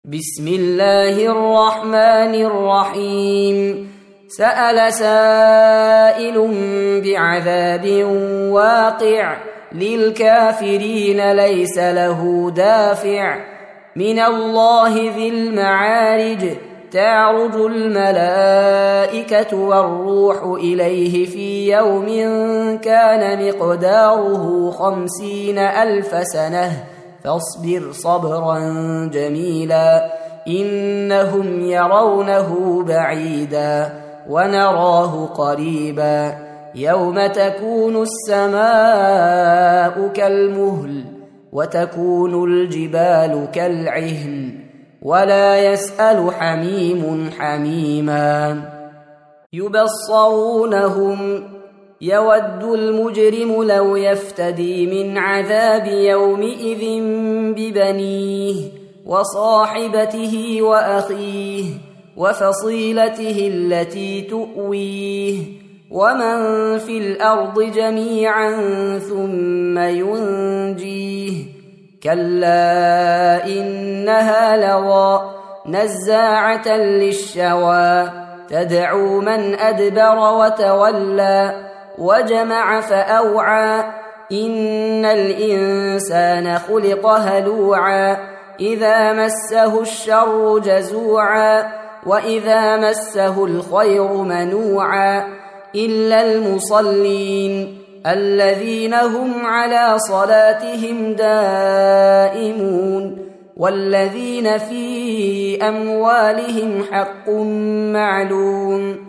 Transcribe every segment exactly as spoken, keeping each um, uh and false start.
بسم الله الرحمن الرحيم. سأل سائل بعذاب واقع للكافرين ليس له دافع من الله ذي المعارج تعرج الملائكة والروح إليه في يوم كان مقداره خمسين ألف سنة فاصبر صبرا جميلا إنهم يرونه بعيدا ونراه قريبا يوم تكون السماء كالمهل وتكون الجبال كالعهن ولا يسأل حميم حميما يبصرونهم يود المجرم لو يفتدي من عذاب يومئذ ببنيه وصاحبته وأخيه وفصيلته التي تؤويه ومن في الأرض جميعا ثم ينجيه كلا إنها لظى نزاعة للشوى تدعو من أدبر وتولى وجمع فأوعى إن الإنسان خلق هلوعا إذا مسه الشر جزوعا وإذا مسه الخير منوعا إلا المصلين الذين هم على صلاتهم دائمون والذين في أموالهم حق معلوم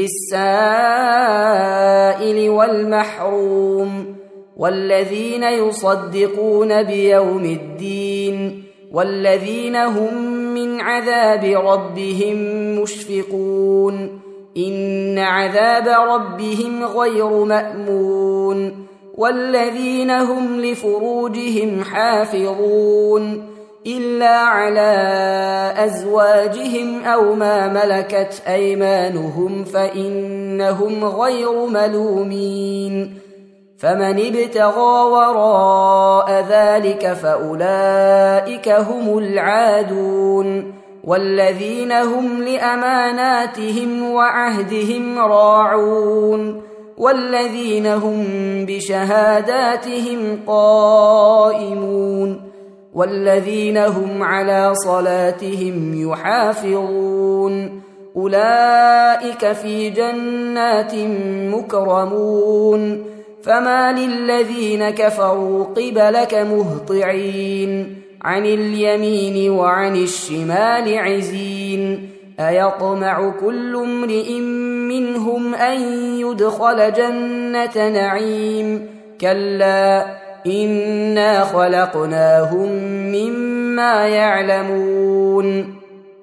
للسائل والمحروم والذين يصدقون بيوم الدين والذين هم من عذاب ربهم مشفقون إن عذاب ربهم غير مأمون والذين هم لفروجهم حافظون إلا على أزواجهم أو ما ملكت أيمانهم فإنهم غير ملومين فمن ابتغى وراء ذلك فأولئك هم العادون والذين هم لأماناتهم وعهدهم راعون والذين هم بشهاداتهم قائمون والذين هم على صلاتهم يحافظون أولئك في جنات مكرمون فما للذين كفروا قبلك مهطعين عن اليمين وعن الشمال عزين أيطمع كل امرئ منهم أن يدخل جنة نعيم كلا إنا خلقناهم مما يعلمون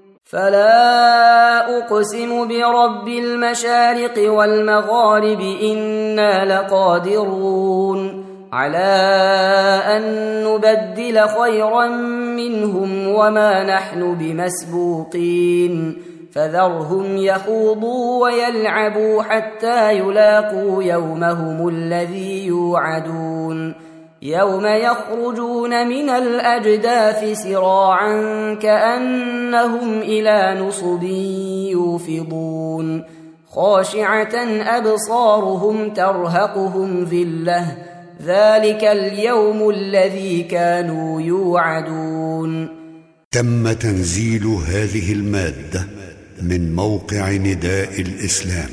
فلا أقسم برب المشارق والمغارب إنا لقادرون على أن نبدل خيرا منهم وما نحن بمسبوقين فذرهم يخوضوا ويلعبوا حتى يلاقوا يومهم الذي يوعدون يوم يخرجون من الأجداث سراعا كأنهم إلى نصب يوفضون خاشعة أبصارهم ترهقهم ذلة ذلك اليوم الذي كانوا يوعدون. تم تنزيل هذه المادة من موقع نداء الإسلام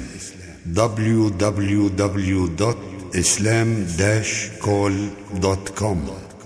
دبليو دبليو دبليو دوت إسلام داش كول دوت كوم.